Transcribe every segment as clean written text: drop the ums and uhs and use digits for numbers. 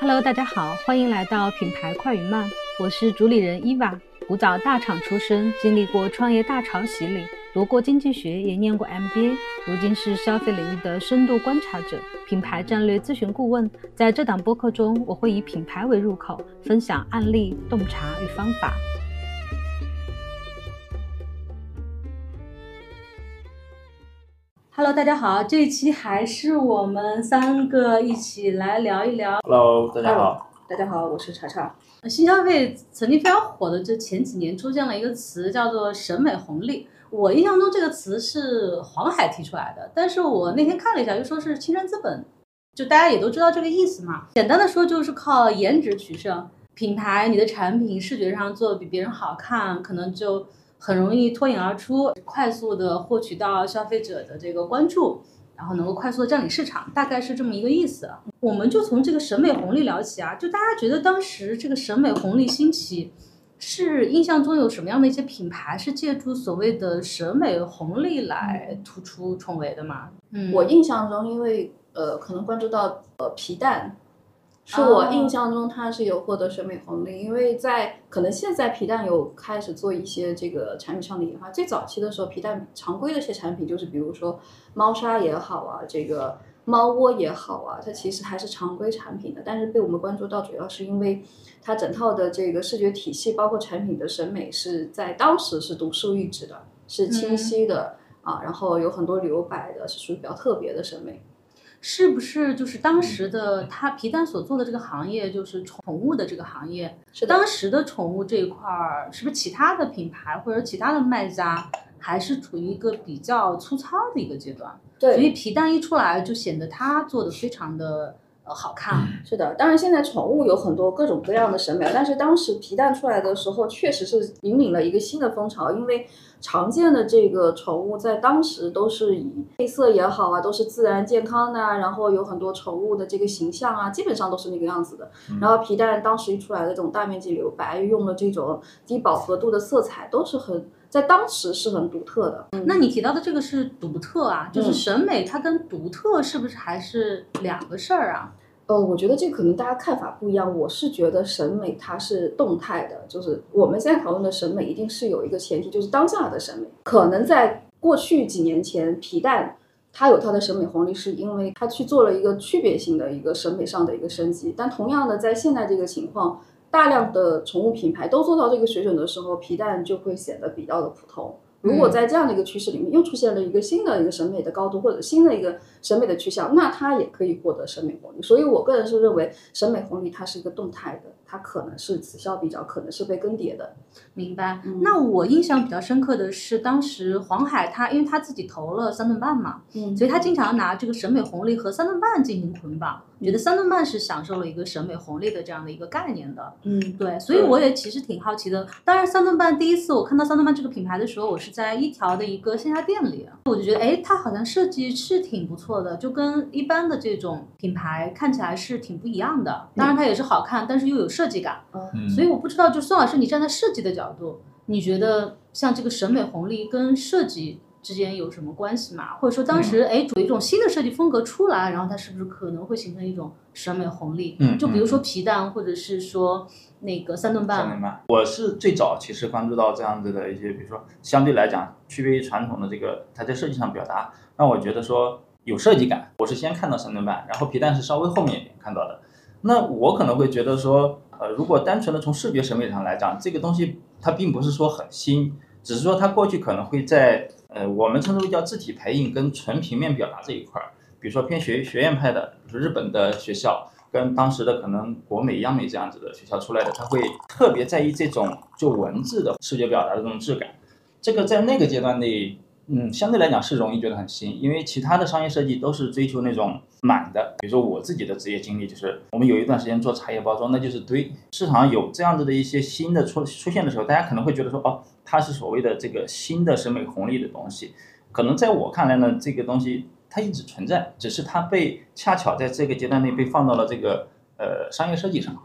Hello， 大家好，欢迎来到品牌快与慢，我是主理人伊娃。古早大厂出身，经历过创业大潮洗礼，读过经济学，也念过 MBA， 如今是消费领域的深度观察者，品牌战略咨询顾问。在这档播客中，我会以品牌为入口，分享案例、洞察与方法。Hello， 大家好，这一期还是我们三个一起来聊一聊。 Hello， 大家好。 大家好，我是查查。 新消费曾经非常火的，这前几年出现了一个词叫做审美红利。我印象中这个词是黄海提出来的，但是我那天看了一下，就说是青山资本，就大家也都知道这个意思嘛。简单的说就是靠颜值取胜，品牌你的产品视觉上做的比别人好看，可能就很容易脱颖而出，快速的获取到消费者的这个关注，然后能够快速的占领市场，大概是这么一个意思。我们就从这个审美红利聊起啊，就大家觉得当时这个审美红利兴起，是印象中有什么样的一些品牌是借助所谓的审美红利来突出重围的吗？ 我印象中，因为可能关注到皮蛋。是我印象中它是有获得审美红利，因为可能现在皮蛋有开始做一些这个产品上的研发。最早期的时候，皮蛋常规的一些产品就是比如说猫砂也好啊，这个猫窝也好啊，它其实还是常规产品的。但是被我们关注到，主要是因为它整套的这个视觉体系，包括产品的审美是在当时是独树一帜的，是清晰的然后有很多留白的，是属于比较特别的审美。 是不是就是当时的它皮蛋所做的这个行业，就是宠物的这个行业？ 是的。 当时的宠物这一块儿，是不是其他的品牌或者其他的卖家还是处于一个比较粗糙的一个阶段？ 对。 所以皮蛋一出来，就显得它做的非常的好看。 是的，当然现在宠物有很多各种各样的审美，但是当时皮蛋出来的时候，确实是引领了一个新的风潮，因为常见的这个宠物在当时都是以配色也好啊，都是自然健康的然后有很多宠物的这个形象啊，基本上都是那个样子的。然后皮蛋当时一出来的这种大面积留白，用了这种低饱和度的色彩，都是在当时是很独特的。 那你提到的这个是独特啊，就是审美它跟独特是不是还是两个事儿啊？ 我觉得这可能大家看法不一样。我是觉得审美它是动态的，就是我们现在讨论的审美一定是有一个前提，就是当下的审美。可能在过去几年前，皮蛋它有它的审美红利，是因为它去做了一个区别性的一个审美上的一个升级。但同样的，在现在这个情况，大量的宠物品牌都做到这个水准的时候，皮蛋就会显得比较的普通。如果在这样的一个趋势里面又出现了一个新的一个审美的高度，或者新的一个审美的趋向，那它也可以获得审美红利。所以我个人是认为审美红利它是一个动态的，它可能是此消彼长，可能是被更迭的。 明白。那我印象比较深刻的是，当时黄海因为他自己投了三顿半嘛，所以他经常拿这个审美红利和三顿半进行捆绑，觉得三顿半是享受了一个审美红利的这样的一个概念的。对，所以我也其实挺好奇的。当然三顿半第一次我看到三顿半这个品牌的时候，我是在一条的一个线下店里，我就觉得它好像设计是挺不错的，就跟一般的这种品牌看起来是挺不一样的。当然它也是好看，但是又有设计感。所以我不知道，就孙老师你站在设计的角度，你觉得像这个审美红利跟设计之间有什么关系吗？或者说当时有一种新的设计风格出来，然后它是不是可能会形成一种审美红利？就比如说皮蛋，或者是说那个三顿半。 我是最早其实关注到这样子的一些，比如说相对来讲区别于传统的这个它在设计上表达，让我觉得说有设计感。我是先看到三顿半，然后皮蛋是稍微后面一点看到的。那我可能会觉得说如果单纯的从视觉审美上来讲，这个东西它并不是说很新，只是说它过去可能会在我们称之为叫字体排印跟纯平面表达这一块，比如说偏学院派的，比如说日本的学校跟当时的可能国美央美这样子的学校出来的，他会特别在意这种就文字的视觉表达的这种质感。这个在那个阶段内相对来讲是容易觉得很新，因为其他的商业设计都是追求那种满的。比如说我自己的职业经历，就是我们有一段时间做茶叶包装，那就是堆。市场上有这样子的一些新的出现的时候，大家可能会觉得说它是所谓的这个新的审美红利的东西。可能在我看来呢，这个东西它一直存在，只是它恰巧在这个阶段内被放到了这个商业设计上。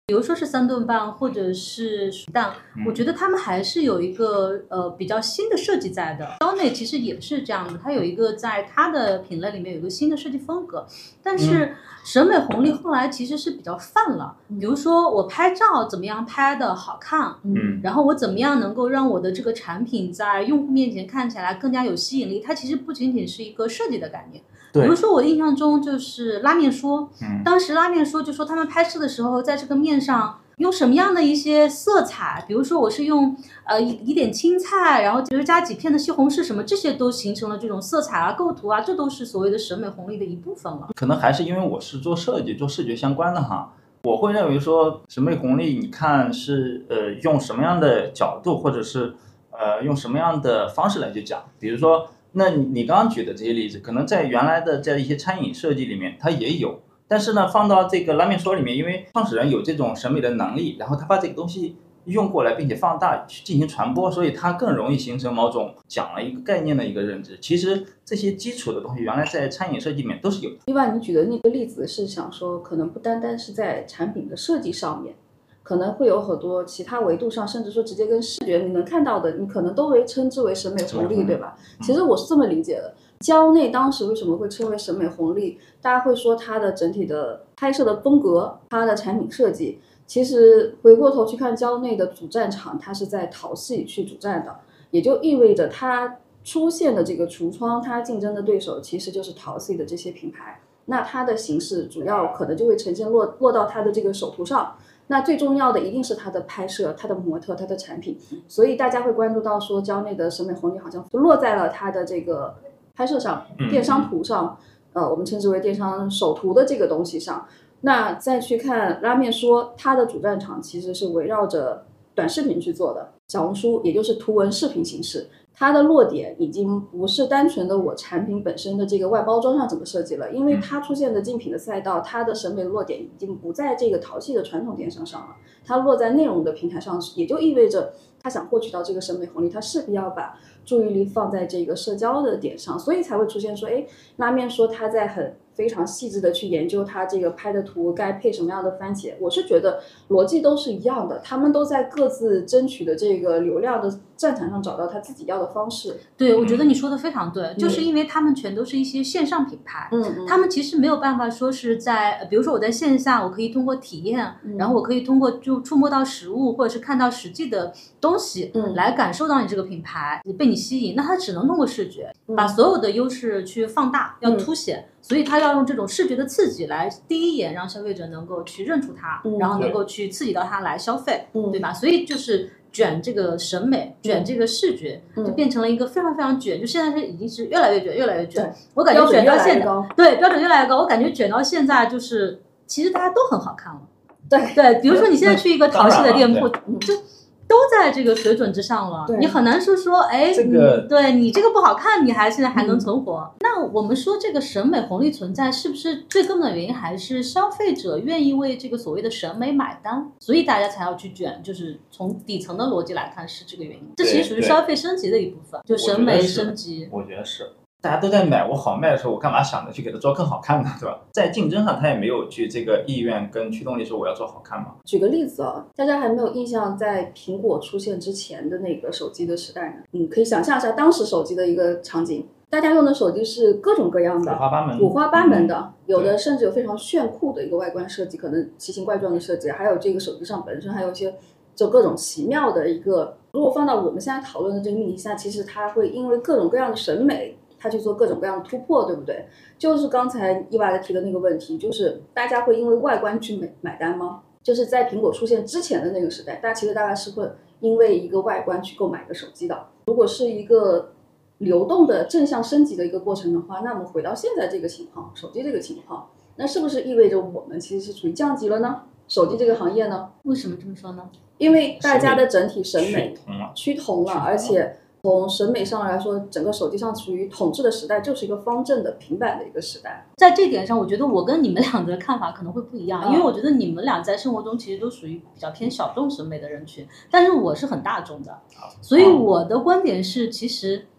比如说是三顿半或者是熟蛋，我觉得他们还是有一个比较新的设计在的。蕉内其实也是这样的，它有一个在它的品类里面有一个新的设计风格，但是审美红利后来其实是比较泛了。比如说我拍照怎么样拍的好看，然后我怎么样能够让我的这个产品在用户面前看起来更加有吸引力，它其实不仅仅是一个设计的概念。比如说我印象中就是拉面说，当时拉面说就说他们拍摄的时候在这个面上用什么样的一些色彩，比如说我是用一点青菜，然后比如加几片的西红柿什么，这些都形成了这种色彩啊构图啊，这都是所谓的审美红利的一部分了。 可能还是因为我是做设计做视觉相关的哈，我会认为说审美红利你看是用什么样的角度或者是用什么样的方式来去讲，比如说那你刚刚举的这些例子，可能在原来的在一些餐饮设计里面它也有，但是呢，放到这个拉面说里面，因为创始人有这种审美的能力，然后他把这个东西用过来，并且放大去进行传播，所以它更容易形成某种讲了一个概念的一个认知。其实这些基础的东西，原来在餐饮设计里面都是有的。 另外，你举的那个例子是想说，可能不单单是在产品的设计上面，可能会有很多其他维度上，甚至说直接跟视觉你能看到的，你可能都会称之为审美红利，对吧？其实我是这么理解的。蕉内当时为什么会称为审美红利？大家会说它的整体的拍摄的风格，它的产品设计。其实回过头去看蕉内的主战场，它是在淘系去主战的，也就意味着它出现的这个橱窗，它竞争的对手其实就是淘系的这些品牌。那它的形式主要可能就会呈现落到它的这个手图上。那最重要的一定是它的拍摄、它的模特、它的产品，所以大家会关注到说蕉内的审美红利好像就落在了它的这个拍摄上、电商图上，我们称之为电商手图的这个东西上。那再去看拉面说，它的主战场其实是围绕着短视频去做的，小红书也就是图文视频形式。它的落点已经不是单纯的我产品本身的这个外包装上怎么设计了，因为它出现的竞品的赛道，它的审美落点已经不在这个淘系的传统电商上了，它落在内容的平台上，也就意味着它想获取到这个审美红利，它势必要把注意力放在这个社交的点上，所以才会出现说，拉面说它在非常细致的去研究它这个拍的图该配什么样的番茄，我是觉得逻辑都是一样的，他们都在各自争取的这个流量的战场上找到他自己要的方式。 对，我觉得你说的非常对，就是因为他们全都是一些线上品牌，他们其实没有办法说是在，比如说我在线下，我可以通过体验，然后我可以通过就触摸到实物，或者是看到实际的东西，来感受到你这个品牌，被你吸引，那它只能通过视觉，把所有的优势去放大，要凸显。所以他要用这种视觉的刺激来第一眼让消费者能够去认出它，然后能够去刺激到它来消费，对吧？所以就是卷这个审美，卷这个视觉，就变成了一个非常非常卷，就现在已经是越来越卷，越来越卷。我感觉卷到现在，对，标准越来越高。我感觉卷到现在就是其实大家都很好看了。对，比如说你现在去一个淘系的店铺，就都在这个水准之上了，你很难说对你这个不好看，你现在还能存活。那我们说这个审美红利存在，是不是最根本的原因还是消费者愿意为这个所谓的审美买单，所以大家才要去卷？就是从底层的逻辑来看是这个原因，这其实属于消费升级的一部分，就审美升级。 我觉得是。大家都在买，我好卖的时候，我干嘛想着去给它做更好看呢，对吧？在竞争上，他也没有去这个意愿跟驱动力说我要做好看嘛。 举个例子啊，大家还没有印象，在苹果出现之前的那个手机的时代呢？可以想象一下当时手机的一个场景，大家用的手机是各种各样的，五花八门的，有的甚至有非常炫酷的一个外观设计，可能奇形怪状的设计，还有这个手机上本身还有一些就各种奇妙的一个。如果放到我们现在讨论的这个命题下，其实它会因为各种各样的审美。他去做各种各样的突破，对不对？就是刚才伊娃提的那个问题，就是大家会因为外观去买单吗？就是在苹果出现之前的那个时代，其实大概是会因为一个外观去购买一个手机的。如果是一个流动的正向升级的一个过程的话，那么回到现在这个情况，手机这个情况，那是不是意味着我们其实是处于降级了呢？手机这个行业呢？ 为什么这么说呢？ 因为大家的整体审美趋同了，而且从审美上来说，整个手机上处于统治的时代，就是一个方正的平板的一个时代。 在这点上，我觉得我跟你们俩的看法可能会不一样，因为我觉得你们俩在生活中其实都属于比较偏小众审美的人群，但是我是很大众的，所以我的观点是，其实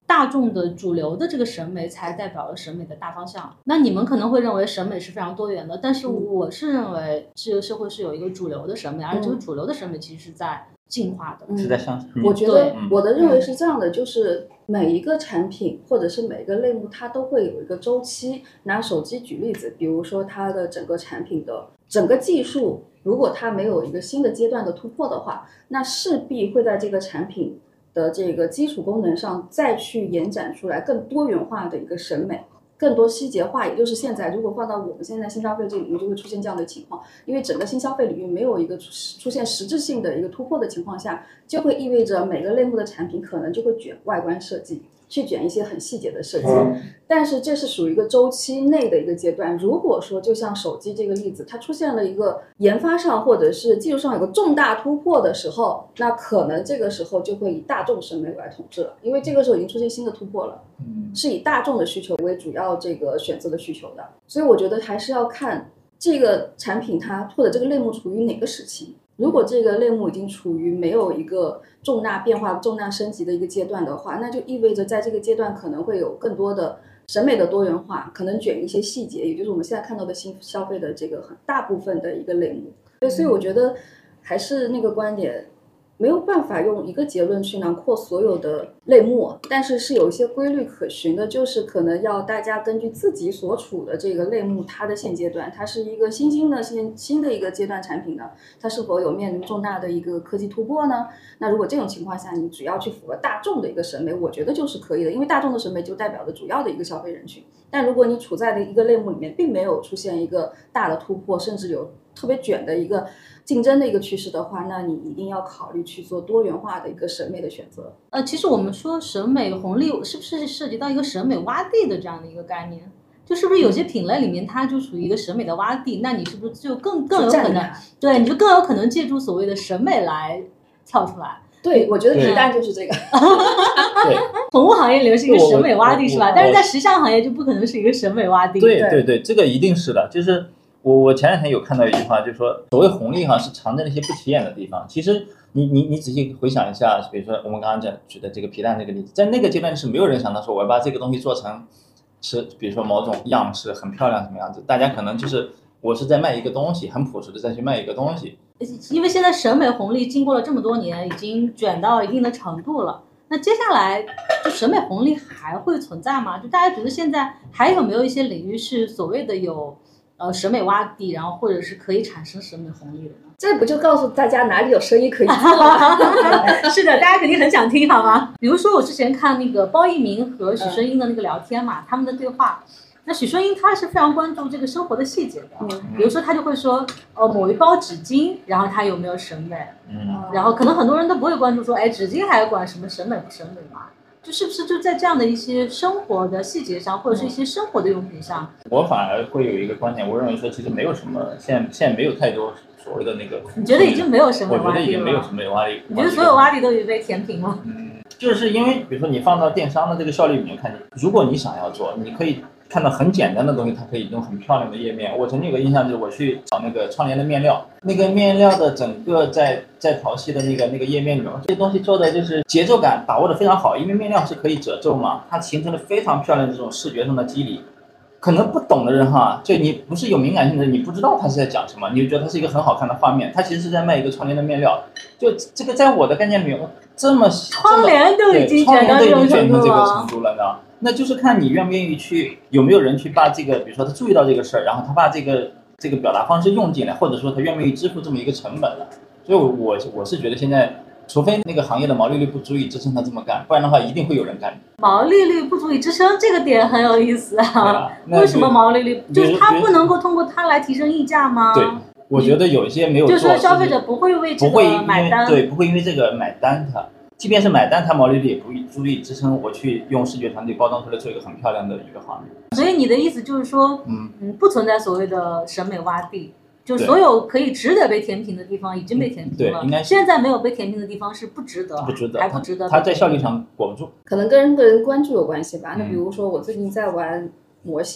大众的主流的这个审美才代表了审美的大方向。那你们可能会认为审美是非常多元的，但是我是认为这个社会是有一个主流的审美，而这个主流的审美其实是在进化的， 是在向上。 我觉得我的认为是这样的，就是每一个产品或者是每一个类目，它都会有一个周期。拿手机举例子，比如说它的整个产品的整个技术，如果它没有一个新的阶段的突破的话，那势必会在这个产品的这个基础功能上再去延展出来更多元化的一个审美，更多细节化。也就是现在如果放到我们现在新消费这领域，就会出现这样的情况，因为整个新消费领域没有一个出现实质性的一个突破的情况下，就会意味着每个类目的产品可能就会卷外观设计，去卷一些很细节的设计，但是这是属于一个周期内的一个阶段。如果说就像手机这个例子，它出现了一个研发上或者是技术上有个重大突破的时候，那可能这个时候就会以大众审美来统治了，因为这个时候已经出现新的突破了，是以大众的需求为主要这个选择的需求的。所以我觉得还是要看这个产品它或者这个类目处于哪个时期。如果这个类目已经处于没有一个重大变化、重大升级的一个阶段的话，那就意味着在这个阶段可能会有更多的审美的多元化，可能卷一些细节，也就是我们现在看到的新消费的这个很大部分的一个类目。所以我觉得还是那个观点，没有办法用一个结论去囊括所有的类目，但是是有一些规律可循的，就是可能要大家根据自己所处的这个类目，它的现阶段，它是一个新的一个阶段产品呢，它是否有面临重大的一个科技突破呢？那如果这种情况下，你只要去符合大众的一个审美，我觉得就是可以的，因为大众的审美就代表着主要的一个消费人群。但如果你处在的一个类目里面，并没有出现一个大的突破，甚至有特别卷的一个竞争的一个趋势的话，那你一定要考虑去做多元化的一个审美的选择。 其实我们说审美红利，是不是涉及到一个审美洼地的这样的一个概念？就是不是有些品类里面它就属于一个审美的洼地，那你是不是就更有可能，对，你就更有可能借助所谓的审美来跳出来？ 对，我觉得皮蛋就是这个。 对， 宠物行业里面是一个审美洼地是吧？但是在时尚行业就不可能是一个审美洼地。 对，这个一定是的。就是我前两天有看到一句话，就是说所谓红利哈是藏在那些不起眼的地方。其实你仔细回想一下，比如说我们刚刚举的这个皮蛋这个例子，在那个阶段是没有人想到说我要把这个东西做成是比如说某种样式很漂亮什么样子，大家可能就是我是在卖一个东西，很朴实的再去卖一个东西。 因为现在审美红利经过了这么多年，已经卷到一定的程度了。那接下来就审美红利还会存在吗？就大家觉得现在还有没有一些领域是所谓的有审美洼地，然后或者是可以产生审美红利的呢？ 这不就告诉大家哪里有生意可以做吗？ 是的，大家肯定很想听，好吗？比如说我之前看那个包奕明和许圣英的那个聊天嘛，他们的对话。那许圣英他是非常关注这个生活的细节的，比如说他就会说，某一包纸巾，然后它有没有审美，然后可能很多人都不会关注说，哎，纸巾还要管什么审美不审美嘛？就是不是就在这样的一些生活的细节上，或者是一些生活的用品上？ 我反而会有一个观点，我认为说其实没有什么，现在没有太多所谓的那个。 你觉得已经没有审美洼地了？ 我觉得已经没有审美洼地。 你觉得所有洼地都已经被填平了？ 就是因为比如说你放到电商的这个效率里面看，如果你想要做，你可以看到很简单的东西，它可以用很漂亮的页面。我曾经有个印象，就是我去找那个窗帘的面料，那个面料的整个在淘系的那个页面里面，这些东西做的就是节奏感把握的非常好，因为面料是可以褶皱嘛，它形成了非常漂亮的这种视觉上的肌理。可能不懂的人哈，就你不是有敏感性的人，你不知道他是在讲什么，你就觉得它是一个很好看的画面，它其实是在卖一个窗帘的面料。就这个在我的概念里面，这么窗帘都已经卷到这个程度了呢，那就是看你愿不愿意去，有没有人去把这个，比如说他注意到这个事儿，然后他把这个表达方式用进来，或者说他愿不愿意支付这么一个成本了。所以我是觉得现在，除非那个行业的毛利率不足以支撑他这么干，不然的话一定会有人干。毛利率不足以支撑这个点很有意思啊。为什么毛利率就是他不能够通过它来提升溢价吗？ 对，我觉得有一些没有做， 就是说消费者不会为这个买单， 对，不会因为这个买单它。即便是买单，它毛利率也不足以支撑我去用视觉团队包装出来做一个很漂亮的一个画面。 所以你的意思就是说，不存在所谓的审美洼地，就所有可以值得被填平的地方已经被填平了。 对，应该现在没有被填平的地方是不值得，还不值得。 它在效率上裹不住， 可能跟人关注有关系吧。那比如说我最近在玩模型，比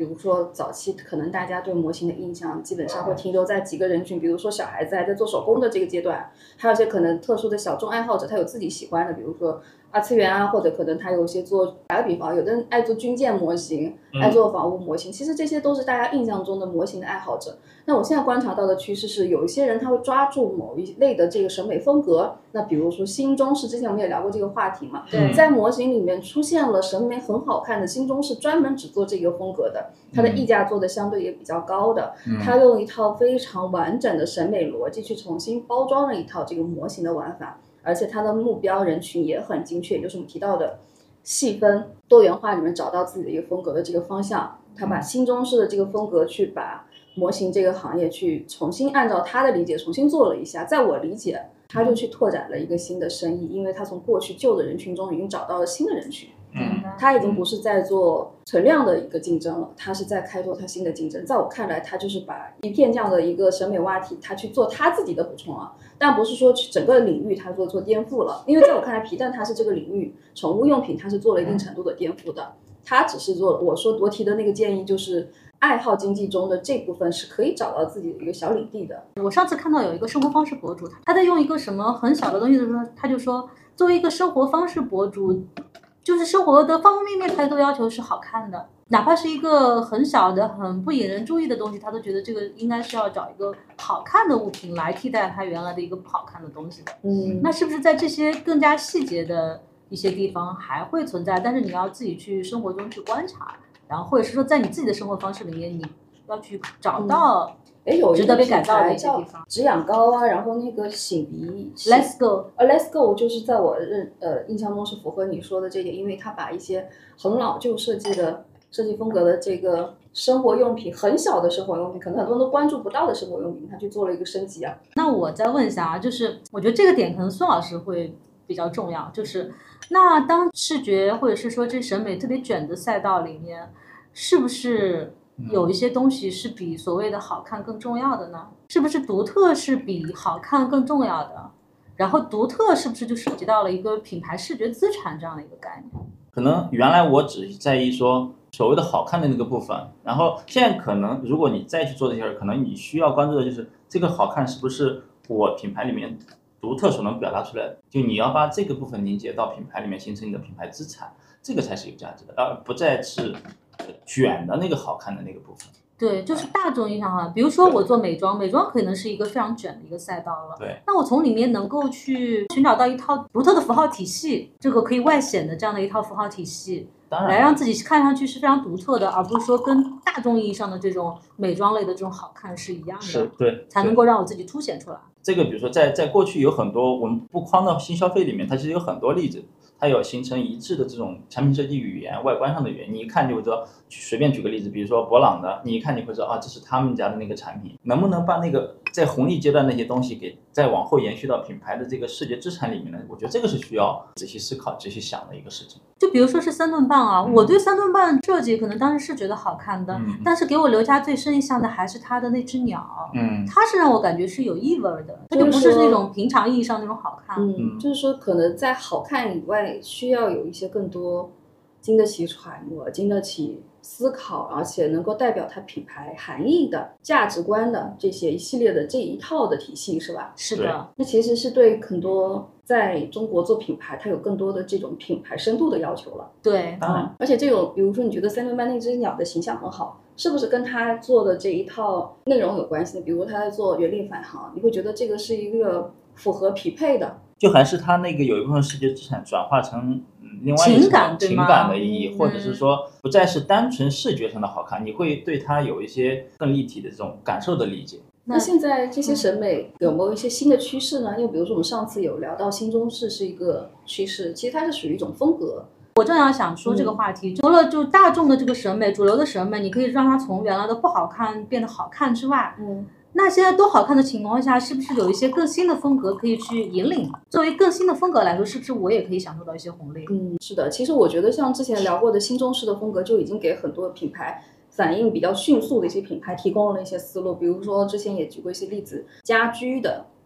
比如说早期可能大家对模型的印象基本上会停留在几个人群，比如说小孩子还在做手工的这个阶段，还有一些可能特殊的小众爱好者，他有自己喜欢的，比如说二次元啊，或者可能他有一些做，打个比方，有的人爱做军舰模型，爱做房屋模型，其实这些都是大家印象中的模型的爱好者。那我现在观察到的趋势是，有一些人他会抓住某一类的这个审美风格，那比如说新中式，之前我们也聊过这个话题嘛，在模型里面出现了审美很好看的新中式，专门只做这个风格的，它的溢价做的相对也比较高的，它用一套非常完整的审美逻辑去重新包装了一套这个模型的玩法，而且它的目标人群也很精确，就是我们提到的细分多元化里面找到自己的一个风格的这个方向，它把新中式的这个风格去把模型这个行业去重新按照他的理解重新做了一下，在我理解他就去拓展了一个新的生意，因为他从过去旧的人群中已经找到了新的人群，他已经不是在做存量的一个竞争了，他是在开拓他新的竞争。在我看来，他就是把一片这样的一个审美话题，他去做他自己的补充了，但不是说去整个领域他做颠覆了，因为在我看来，皮蛋它是这个领域宠物用品，它是做了一定程度的颠覆的，他只是做我提的那个建议就是爱好经济中的这部分是可以找到自己的一个小领地的。 我上次看到有一个生活方式博主，他在用一个什么很小的东西的时候，他就说，作为一个生活方式博主，就是生活的方方面面他都要求是好看的，哪怕是一个很小的很不引人注意的东西，他都觉得这个应该是要找一个好看的物品来替代他原来的一个不好看的东西的。那是不是在这些更加细节的一些地方还会存在，但是你要自己去生活中去观察，然后或者是说在你自己的生活方式里面你要去找到值得被改造的一些地方。 止痒膏啊，然后那个擤鼻 Let's Go，Let's Go 就是在我印象中是符合你说的这点，因为它把一些很老旧设计风格的这个生活用品，很小的生活用品，可能很多人都关注不到的生活用品，它去做了一个升级啊。 那我再问一下啊，就是我觉得这个点可能孙老师会比较重要，就是那当视觉或者是说这审美特别卷的赛道里面，是不是有一些东西是比所谓的好看更重要的呢？是不是独特是比好看更重要的？然后独特是不是就涉及到了一个品牌视觉资产这样的一个概念？ 可能原来我只在意说所谓的好看的那个部分，然后现在可能如果你再去做这些事，可能你需要关注的就是这个好看是不是我品牌里面独特所能表达出来的，就你要把这个部分凝结到品牌里面，形成你的品牌资产，这个才是有价值的，而不再是卷的那个好看的那个部分。 对，就是大众意义上比如说我做美妆可能是一个非常卷的一个赛道了。 对， 那我从里面能够去寻找到一套独特的符号体系，这个可以外显的这样的一套符号体系，来让自己看上去是非常独特的，而不是说跟大众意义上的这种美妆类的这种好看是一样的， 是对， 才能够让我自己凸显出来。 这个比如说在过去有很多我们不框到新消费里面，它其实有很多例子，它有形成一致的这种产品设计语言、外观上的语言，你一看就会知道。随便举个例子，比如说博朗的，你一看你会知道啊，这是他们家的那个产品。能不能把那个在红利阶段那些东西给再往后延续到品牌的这个视觉资产里面呢？我觉得这个是需要仔细思考、仔细想的一个事情。 就比如说是三顿半啊，我对三顿半设计可能当时是觉得好看的，但是给我留下最深印象的还是它的那只鸟，它是让我感觉是有意味的，它就不是那种平常意义上那种好看。 就是说可能在好看以外，需要有一些更多经得起揣摩、经得起思考，而且能够代表它品牌含义的价值观的这些一系列的这一套的体系，是吧？ 是的， 那其实是对很多在中国做品牌，它有更多的这种品牌深度的要求了。 对， 当然， 而且这种，比如说你觉得三顿半那只鸟的形象很好，是不是跟他做的这一套内容有关系呢？比如他在做原力返航，你会觉得这个是一个符合匹配的， 就还是他那个有一部分视觉资产转化成另外一种情感的意义，或者是说不再是单纯视觉上的好看，你会对它有一些更立体的这种感受的理解。 那现在这些审美有没有一些新的趋势呢？因为比如说我们上次有聊到新中式是一个趋势，其实它是属于一种风格。 我正要想说这个话题，除了就大众的这个审美、主流的审美，你可以让它从原来的不好看变得好看之外，那现在都好看的情况下，是不是有一些更新的风格可以去引领？作为更新的风格来说，是不是我也可以享受到一些红利？ 是的，其实我觉得像之前聊过的新中式的风格，就已经给很多品牌反应比较迅速的一些品牌提供了一些思路。比如说之前也举过一些例子，家居的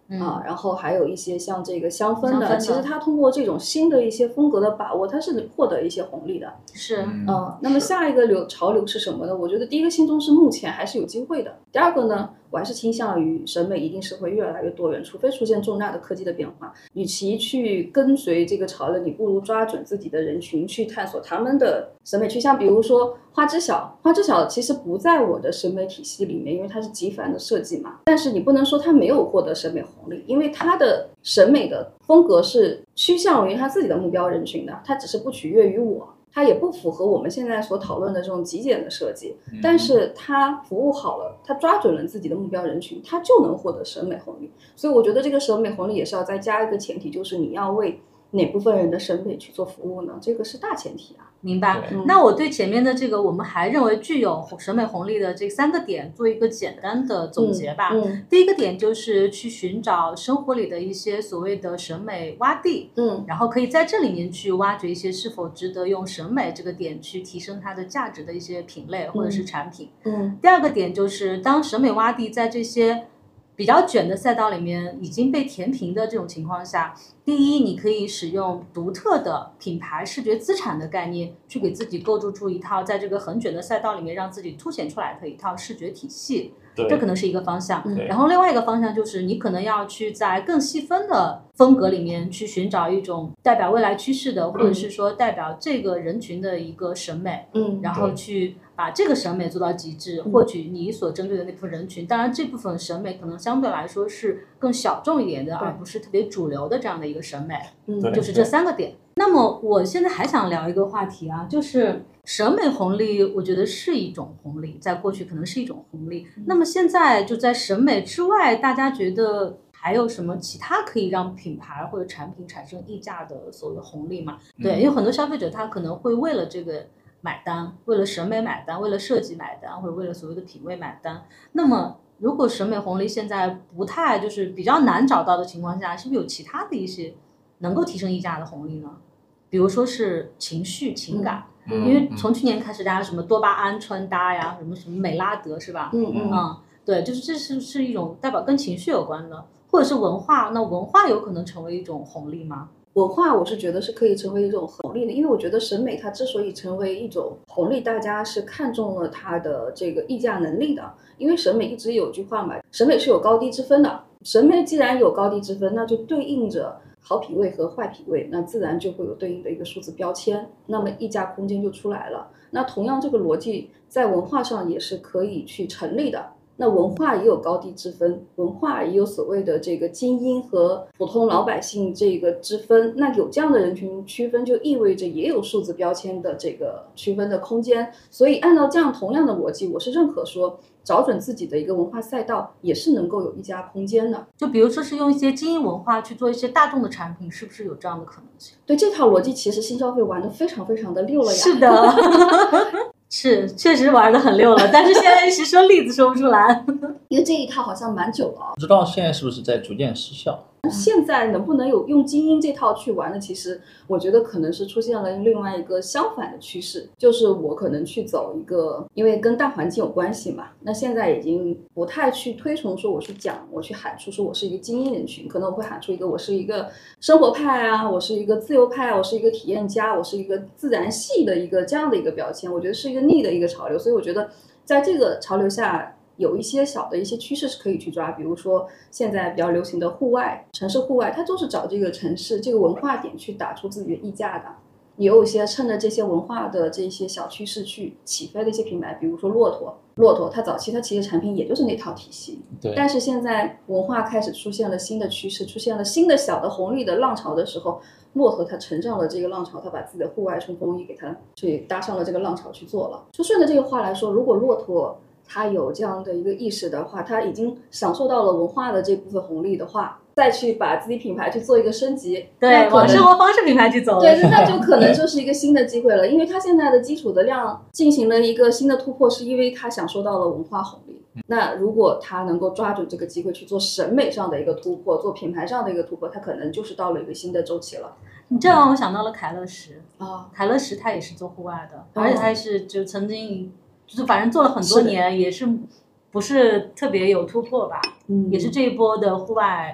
然后还有一些像这个香氛的，其实它通过这种新的一些风格的把握，它是获得一些红利的。 是， 那么下一个潮流是什么呢？我觉得第一个新中式目前还是有机会的。第二个呢，我还是倾向于审美一定是会越来越多元，除非出现重大的科技的变化。与其去跟随这个潮流，你不如抓准自己的人群去探索他们的审美趋向。比如说花知晓其实不在我的审美体系里面，因为它是极繁的设计嘛。但是你不能说它没有获得审美红利，因为它的审美的风格是趋向于它自己的目标人群的，它只是不取悦于我。它也不符合我们现在所讨论的这种极简的设计，但是它服务好了，它抓准了自己的目标人群，它就能获得审美红利。所以我觉得这个审美红利也是要再加一个前提，就是你要为哪部分人的审美去做服务呢？这个是大前提啊。 明白。那我对前面的这个我们还认为具有审美红利的这3个点做一个简单的总结吧。第一个点就是去寻找生活里的一些所谓的审美洼地，然后可以在这里面去挖掘一些是否值得用审美这个点去提升它的价值的一些品类或者是产品。第二个点就是当审美洼地在这些比较卷的赛道里面已经被填平的这种情况下，第一，你可以使用独特的品牌视觉资产的概念，去给自己构筑出一套在这个很卷的赛道里面让自己凸显出来的一套视觉体系，这可能是一个方向。然后另外一个方向就是你可能要去在更细分的风格里面去寻找一种代表未来趋势的，或者是说代表这个人群的一个审美，然后去把这个审美做到极致，获取你所针对的那部分人群。当然这部分审美可能相对来说是更小众一点的，而不是特别主流的这样的一个审美。就是这3个点。那么我现在还想聊一个话题啊，就是审美红利我觉得是一种红利，在过去可能是一种红利，那么现在就在审美之外，大家觉得还有什么其他可以让品牌或者产品产生溢价的所谓的红利吗？对，因为很多消费者他可能会为了这个买单，为了审美买单，为了设计买单，或者为了所谓的品味买单。那么如果审美红利现在不太就是比较难找到的情况下，是不是有其他的一些能够提升溢价的红利呢？比如说是情绪情感，因为从去年开始大家什么多巴胺穿搭呀，什么美拉德是吧？对，就是这是一种代表跟情绪有关的，或者是文化。那文化有可能成为一种红利吗？ 文化我是觉得是可以成为一种红利的，因为我觉得审美它之所以成为一种红利，大家是看中了它的这个溢价能力的。因为审美一直有句话嘛，审美是有高低之分的，审美既然有高低之分，那就对应着好品味和坏品味，那自然就会有对应的一个数字标签，那么溢价空间就出来了。那同样这个逻辑在文化上也是可以去成立的。那文化也有高低之分，文化也有所谓的这个精英和普通老百姓这个之分。那有这样的人群区分，就意味着也有数字标签的这个区分的空间。所以按照这样同样的逻辑，我是认可说找准自己的一个文化赛道也是能够有溢价空间的。 就比如说是用一些精英文化去做一些大众的产品，是不是有这样的可能性？ 对，这套逻辑其实新消费玩得非常非常的溜了呀。 是的是确实玩得很溜了，但是现在一时说例子说不出来因为这一套好像蛮久了， 不知道现在是不是在逐渐失效。 现在能不能有用精英这套去玩的，其实我觉得可能是出现了另外一个相反的趋势，就是我可能去走一个，因为跟大环境有关系嘛，那现在已经不太去推崇说我去喊出说我是一个精英人群，可能我会喊出一个我是一个生活派啊，我是一个自由派，我是一个体验家，我是一个自然系的一个这样的一个标签，我觉得是一个逆的一个潮流。所以我觉得在这个潮流下有一些小的一些趋势是可以去抓，比如说现在比较流行的户外城市户外，它就是找这个城市这个文化点去打出自己的溢价的。也有一些趁着这些文化的这些小趋势去起飞的一些品牌，比如说骆驼它早期它其实产品也就是那套体系， 对。 但是现在文化开始出现了新的趋势，出现了新的小的红利的浪潮的时候，骆驼它乘上了这个浪潮，它把自己的户外冲锋衣给它去搭上了这个浪潮去做了。就顺着这个话来说，如果骆驼他有这样的一个意识的话，他已经享受到了文化的这部分红利的话，再去把自己品牌去做一个升级， 对，往生活方式品牌去走， 对，那就可能就是一个新的机会了。因为他现在的基础的量进行了一个新的突破，是因为他享受到了文化红利。那如果他能够抓住这个机会去做审美上的一个突破，做品牌上的一个突破，他可能就是到了一个新的周期了。 你这让我想到了凯乐石啊， 凯乐石他也是做户外的，而且他也是就曾经就是反正做了很多年，也是不是特别有突破吧，也是这一波的户外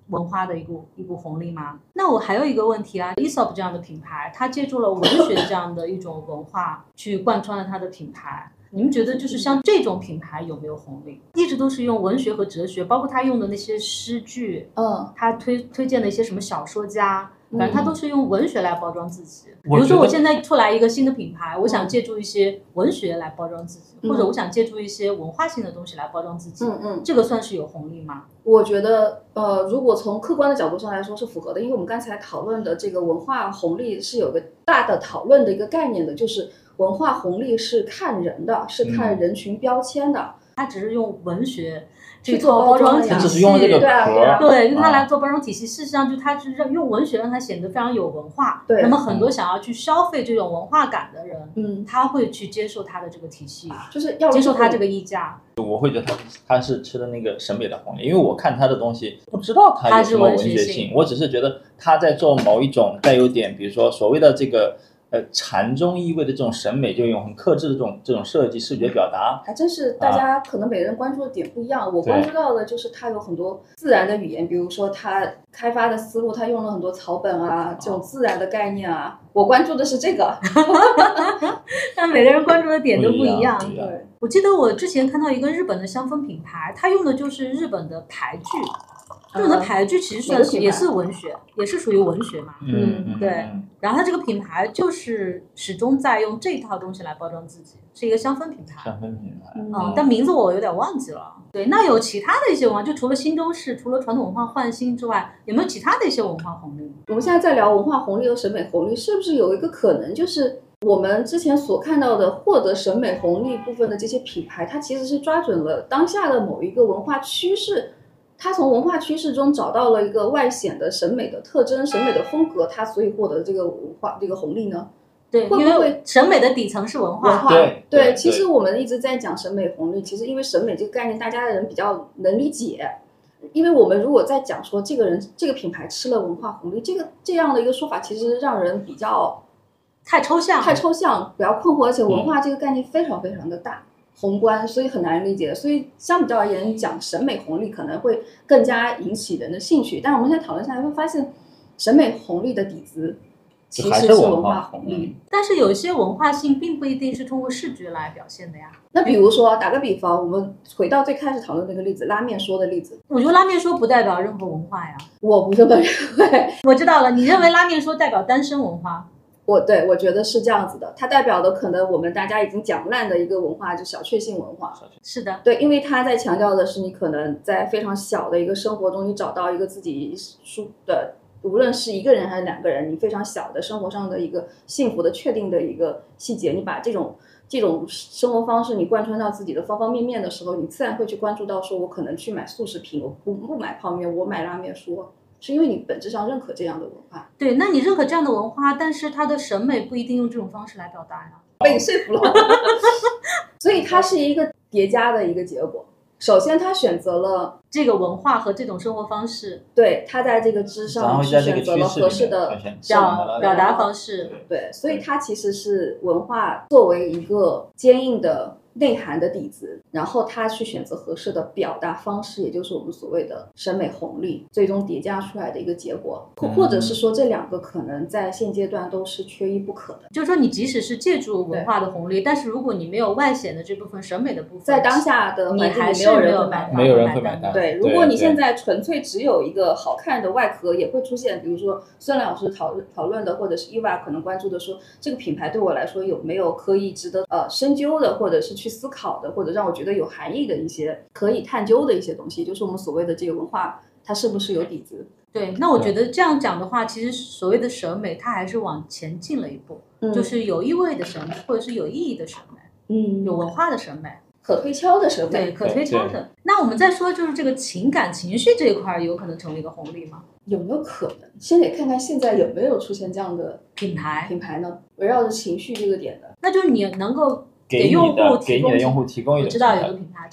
文化的一股红利吗？那我还有一个问题啊 ，Aesop 这样的品牌，它借助了文学这样的一种文化去贯穿了它的品牌。你们觉得就是像这种品牌有没有红利？一直都是用文学和哲学，包括他用的那些诗句，他推荐的一些什么小说家，反正他都是用文学来包装自己。比如说我现在出来一个新的品牌，我想借助一些文学来包装自己，或者我想借助一些文化性的东西来包装自己，这个算是有红利吗？ 我觉得如果从客观的角度上来说是符合的，因为我们刚才讨论的这个文化红利是有个大的讨论的一个概念的，就是文化红利是看人的，是看人群标签的。 他只是用文学去做包装体系， 只是用这个壳， 对，用它来做包装体系。事实上，就它是用文学让它显得非常有文化。 对， 那么很多想要去消费这种文化感的人，他会去接受它的这个体系， 就是要接受它这个溢价。 我会觉得他是吃的那个审美的红利，因为我看他的东西不知道他有什么文学性，我只是觉得他在做某一种带有点，比如说所谓的这个。禅宗意味的这种审美，就用很克制的这种设计视觉表达， 还真是大家可能每个人关注的点不一样。我关注到的就是它有很多自然的语言，比如说它开发的思路，它用了很多草本啊，这种自然的概念啊。我关注的是这个， 但每个人关注的点都不一样。 对， 我记得我之前看到一个日本的香氛品牌，它用的就是日本的牌剧。日本的牌剧其实算是也是文学，也是属于文学嘛。对。然后它这个品牌就是始终在用这套东西来包装自己，是一个香氛品牌。 香氛品牌。 但名字我有点忘记了。对，那有其他的一些文化，就除了新中式，除了传统文化焕新之外，有没有其他的一些文化红利？ 我们现在在聊文化红利和审美红利，是不是有一个可能就是我们之前所看到的获得审美红利部分的这些品牌，它其实是抓准了当下的某一个文化趋势。他从文化趋势中找到了一个外显的审美的特征、审美的风格，他所以获得这个文化这个红利呢？ 对，因为审美的底层是文化。 对，其实我们一直在讲审美红利，其实因为审美这个概念，大家的人比较能理解。因为我们如果在讲说这个人这个品牌吃了文化红利，这样的一个说法，其实让人比较太抽象， 比较困惑，而且文化这个概念非常非常的大。宏观，所以很难理解，所以相比较而言，讲审美红利可能会更加引起人的兴趣。但我们现在讨论下来会发现，审美红利的底子其实是文化红利。 但是有一些文化性并不一定是通过视觉来表现的呀。 那比如说，打个比方，我们回到最开始讨论那个例子，拉面说的例子。 我觉得拉面说不代表任何文化呀。 我不这么认为。 我知道了，你认为拉面说代表单身文化？ 我觉得是这样子的，它代表的可能我们大家已经讲烂的一个文化，就小确幸文化。 是的， 对，因为它在强调的是你可能在非常小的一个生活中，你找到一个自己的，无论是一个人还是两个人，你非常小的生活上的一个幸福的确定的一个细节，你把这种生活方式你贯穿到自己的方方面面的时候，你自然会去关注到说，我可能去买速食品，我不买泡面，我买拉面说。是因为你本质上认可这样的文化。 对，那你认可这样的文化，但是它的审美不一定用这种方式来表达呀。 被你说服了。所以它是一个叠加的一个结果。首先他选择了这个文化和这种生活方式， 对，他在这个之上是选择了合适的表达方式。 对，所以它其实是文化作为一个坚硬的内涵的底子，然后他去选择合适的表达方式，也就是我们所谓的审美红利，最终叠加出来的一个结果。或者是说这两个可能在现阶段都是缺一不可的。 就是说你即使是借助文化的红利，但是如果你没有外显的这部分审美的部分， 在当下的环境里没有人会买单。 对，如果你现在纯粹只有一个好看的外壳，也会出现比如说孙老师讨论的，或者是伊娃可能关注的说，这个品牌对我来说有没有可以值得深究的，或者是去思考的，或者让我觉得有含义的一些可以探究的一些东西，就是我们所谓的这个文化它是不是有底子。 对，那我觉得这样讲的话，其实所谓的审美它还是往前进了一步，就是有意味的审美，或者是有意义的审美，有文化的审美， 可推敲的审美。 对，可推敲的。那我们再说就是这个情感情绪这一块有可能成为一个红利吗？ 有没有可能？先得看看现在有没有出现这样的品牌呢？围绕着情绪这个点的， 那就是你能够给用户给你的用户提供一种， 我知道有一个品牌叫做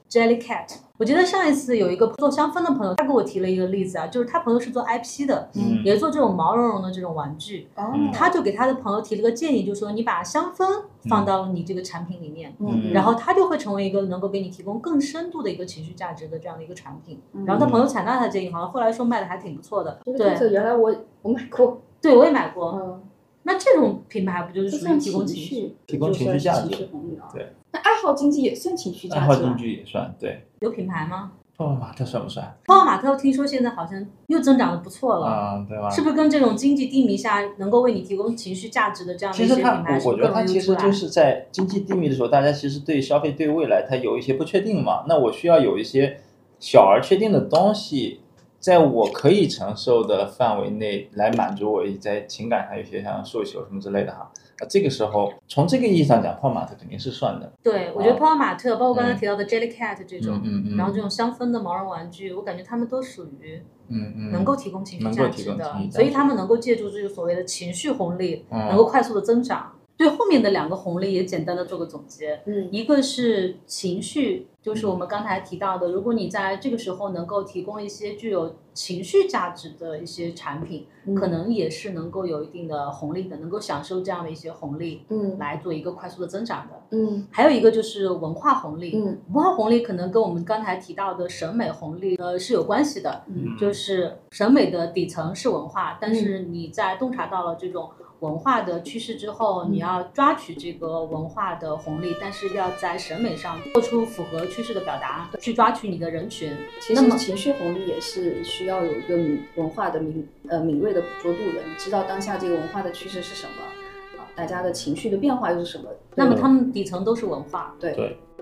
Jellycat。我记得上一次有一个做香氛的朋友，他给我提了一个例子啊，就是他朋友是做 IP 的，也做这种毛茸茸的这种玩具，他就给他的朋友提了个建议，就是说你把香氛放到你这个产品里面，然后它就会成为一个能够给你提供更深度的一个情绪价值的这样的一个产品。然后他朋友采纳他的建议，好像后来说卖的还挺不错的。 对，原来我买过， 对我也买过。那这种品牌不就是属于提供情绪、 提供情绪价值？ 对。那爱好经济也算情绪价值吗？ 爱好经济也算，对。 有品牌吗？ 泡泡玛特算不算？ 泡泡玛特听说现在好像又增长的不错了， 对吧？ 是不是跟这种经济低迷下能够为你提供情绪价值的这样的一些品牌是更容易出来？ 我觉得它其实就是在经济低迷的时候，大家其实对消费、对未来它有一些不确定嘛。那我需要有一些小而确定的东西，在我可以承受的范围内来满足我在情感上有些像诉求什么之类的哈。这个时候从这个意义上讲，泡泡玛特肯定是算的。 对，我觉得泡泡玛特包括刚才提到的 Jellycat 这种，然后这种香氛的毛绒玩具，我感觉他们都属于能够提供情绪价值的，所以他们能够借助这个所谓的情绪红利，能够快速的增长。对后面的2个红利也简单的做个总结，一个是情绪，就是我们刚才提到的，如果你在这个时候能够提供一些具有情绪价值的一些产品，可能也是能够有一定的红利的，能够享受这样的一些红利，来做一个快速的增长的。还有一个就是文化红利，文化红利可能跟我们刚才提到的审美红利是有关系的，就是审美的底层是文化，但是你在洞察到了这种文化的趋势之后，你要抓取这个文化的红利，但是要在审美上做出符合趋势的表达，去抓取你的人群。 其实情绪红利也是需要有一个文化的敏锐的捕捉度的，你知道当下这个文化的趋势是什么，大家的情绪的变化又是什么。 那么他们底层都是文化。 对。